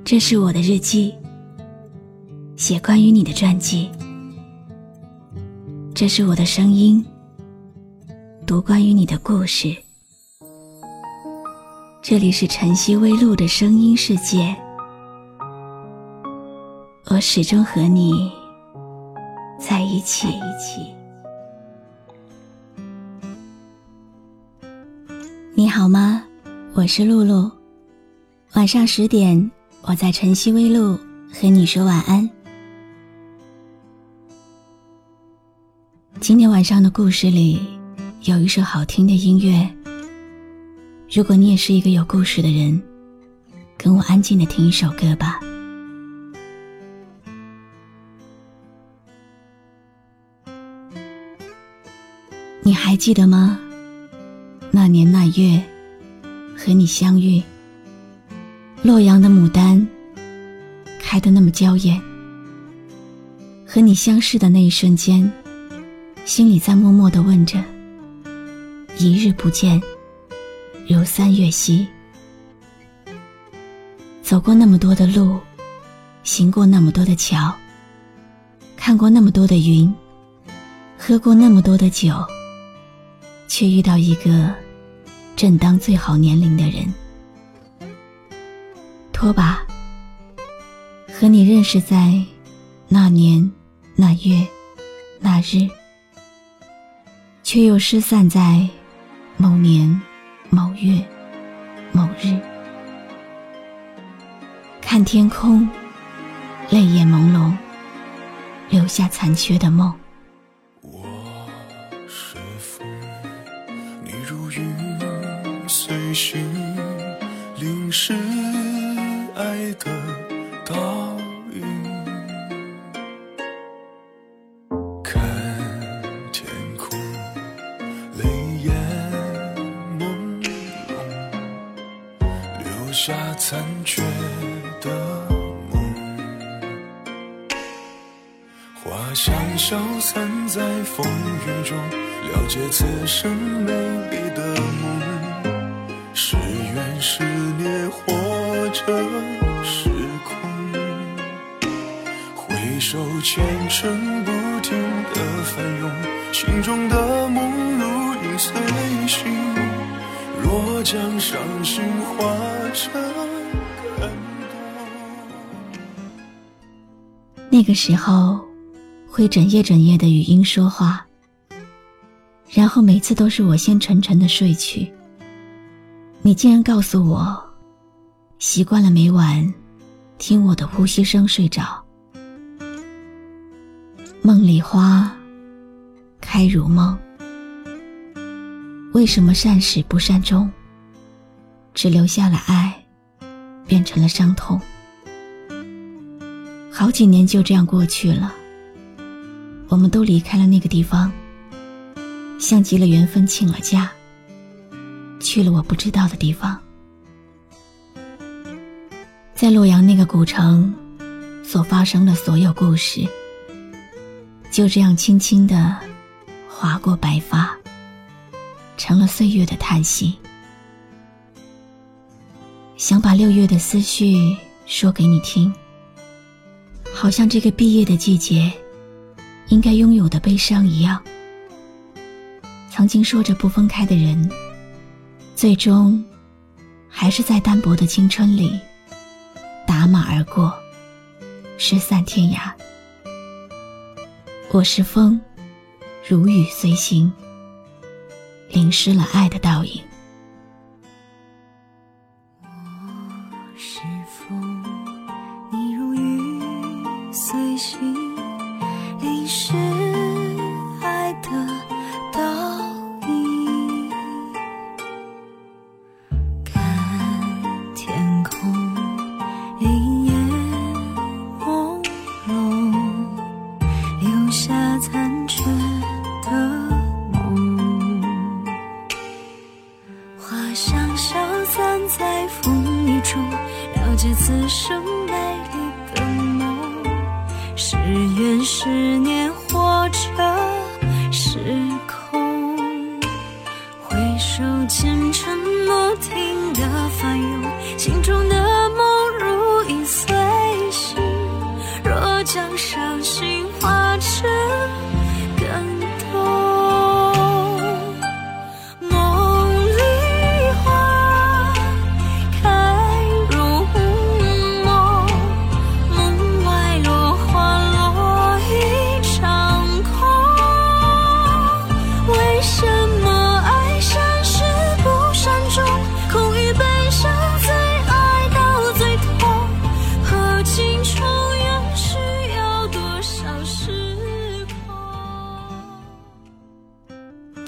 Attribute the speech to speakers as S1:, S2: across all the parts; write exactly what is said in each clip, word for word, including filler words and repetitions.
S1: 这是我的日记，写关于你的传记。这是我的声音，读关于你的故事。这里是晨曦微露的声音世界，我始终和你在一起。你好吗？我是露露。晚上十点，我在晨曦微露和你说晚安。今天晚上的故事里有一首好听的音乐，如果你也是一个有故事的人，跟我安静地听一首歌吧。你还记得吗？那年那月和你相遇，洛阳的牡丹开得那么娇艳。和你相识的那一瞬间，心里在默默地问着，一日不见如三月兮。走过那么多的路，行过那么多的桥，看过那么多的云，喝过那么多的酒，却遇到一个正当最好年龄的人。托吧，和你认识在那年那月那日，却又失散在某年某月某日。看天空，泪眼朦胧，留下残缺的梦。
S2: 我是风，你如云随行，淋湿爱的倒影。看天空，泪眼朦胧，留下残缺的梦。花香消散在风雨中，了解此生美丽的梦。是缘是孽，或者是空，回首前尘不停地翻涌，心中的梦如影随形，若将伤心化成感动。
S1: 那个时候会整夜整夜的语音说话，然后每次都是我先沉沉的睡去。你竟然告诉我，习惯了每晚听我的呼吸声睡着。梦里花开如梦，为什么善始不善终？只留下了爱，变成了伤痛。好几年就这样过去了，我们都离开了那个地方，像极了缘分请了假，去了我不知道的地方。在洛阳那个古城所发生的所有故事，就这样轻轻地划过白发，成了岁月的叹息。想把六月的思绪说给你听，好像这个毕业的季节应该拥有的悲伤一样。曾经说着不分开的人，最终还是在单薄的青春里打马而过，失散天涯。我是风，如雨随行，淋湿了爱的倒影。
S3: 我是风，你如雨随行，淋湿爱的倒影。看天空，泪眼朦胧，留下残缺的梦。花香消散在风雨中，了解此生美丽的梦。是缘是孽，或者是空，回首前尘不停地翻涌，心中的梦如影随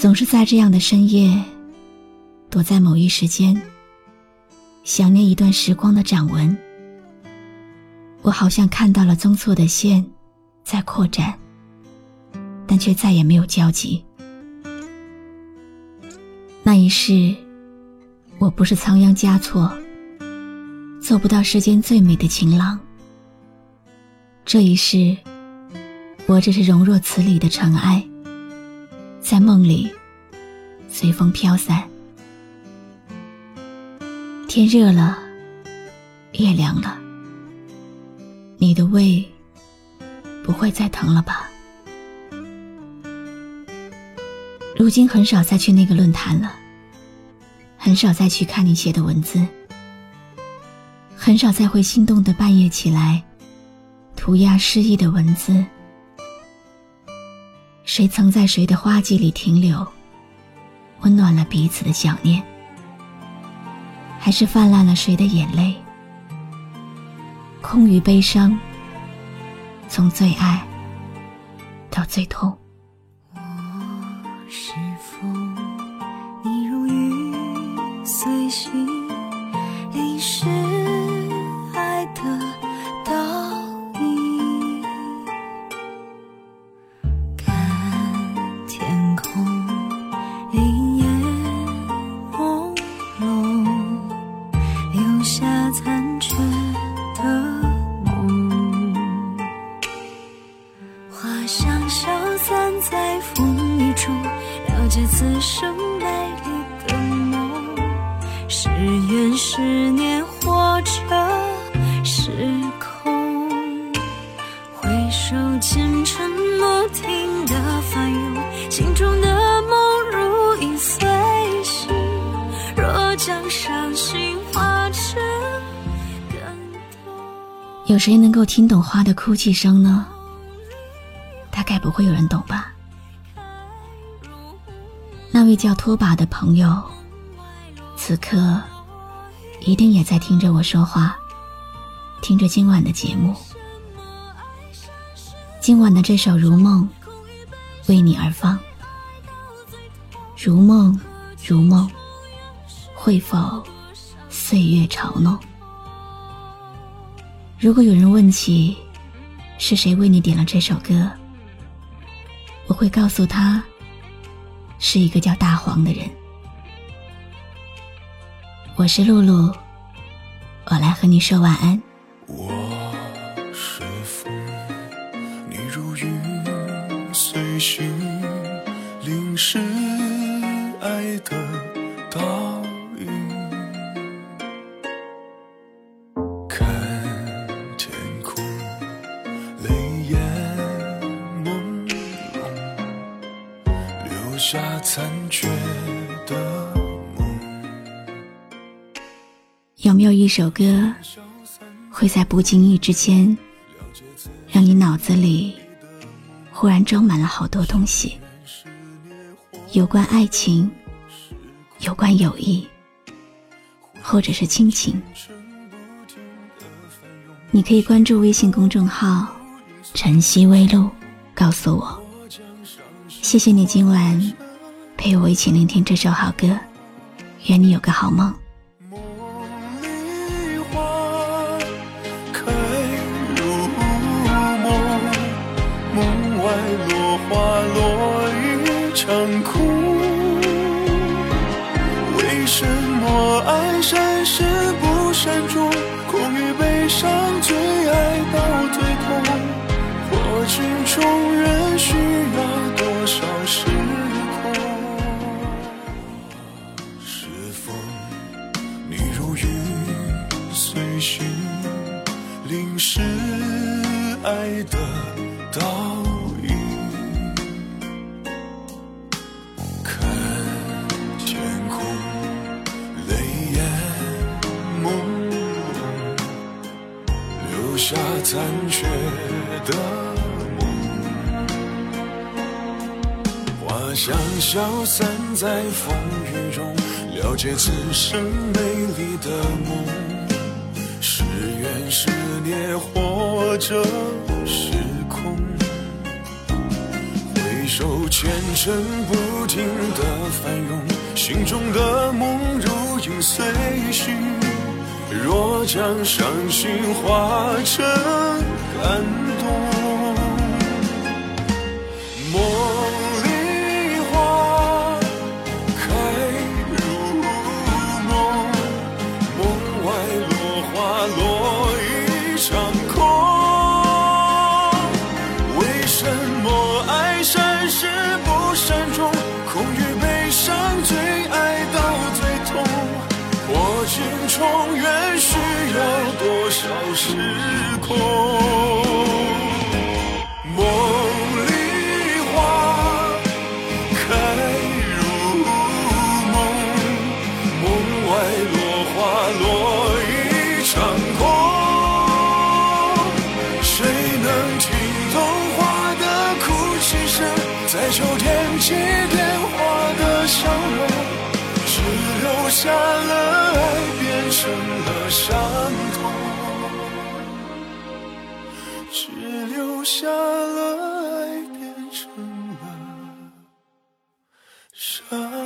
S1: 总是在这样的深夜，躲在某一时间，想念一段时光的掌纹。我好像看到了宗错的线在扩展，但却再也没有交集。那一世，我不是仓央嘉措，做不到世间最美的情郎。这一世，我只是融入词里的尘埃，在梦里随风飘散。天热了，夜凉了，你的胃不会再疼了吧？如今很少再去那个论坛了，很少再去看你写的文字，很少再会心动的半夜起来涂鸦诗意的文字。谁曾在谁的花季里停留，温暖了彼此的想念，还是泛滥了谁的眼泪？空余悲伤，从最爱到最痛。
S3: 我是风，你如雨随行，淋湿爱的倒影。看天空，林叶朦胧，留下残缺的梦。花香消散在风雨中，了解此生美丽的梦。是缘是念，或者是空。回首前尘不停的翻涌，心中的梦如影随形。若将伤心化成感动。
S1: 有谁能够听懂花的哭泣声呢？大概不会有人懂吧。那位叫拖把的朋友，此刻一定也在听着我说话，听着今晚的节目。今晚的这首《如梦》为你而放。如梦如梦，会否岁月嘲弄？如果有人问起是谁为你点了这首歌，我会告诉他，是一个叫大黄的人。我是露露，我来和你说晚安。
S2: 我是风，你如云随行，淋湿爱的倒影。看天空，泪眼朦胧，留下残缺的
S1: 有没有一首歌会在不经意之间让你脑子里忽然装满了好多东西，有关爱情，有关友谊，或者是亲情？你可以关注微信公众号晨曦微露，告诉我。谢谢你今晚陪我一起聆听这首好歌，愿你有个好梦。
S2: 落花落一场空，为什么爱闪失不闪中，空与悲伤最爱到最痛，或情重缘需要多少时空？是风，你如云随行，淋湿爱的倒影。下残缺的梦，花香消散在风雨中，了解此生美丽的梦。是缘是孽，或者是空。回手前尘不停的翻涌，心中的梦如影随形。若将伤心化成感动，梦里花开如梦，梦外落花落一场空。为什么爱闪失不闪中，空与悲伤最爱到最痛，破镜重圆需要多少时空？梦里花开如梦，梦外落花落一场空。谁能听懂花的哭泣声，在秋天起电话的笑容，只留下了爱变成了伤痛，只留下了爱变成了伤痛。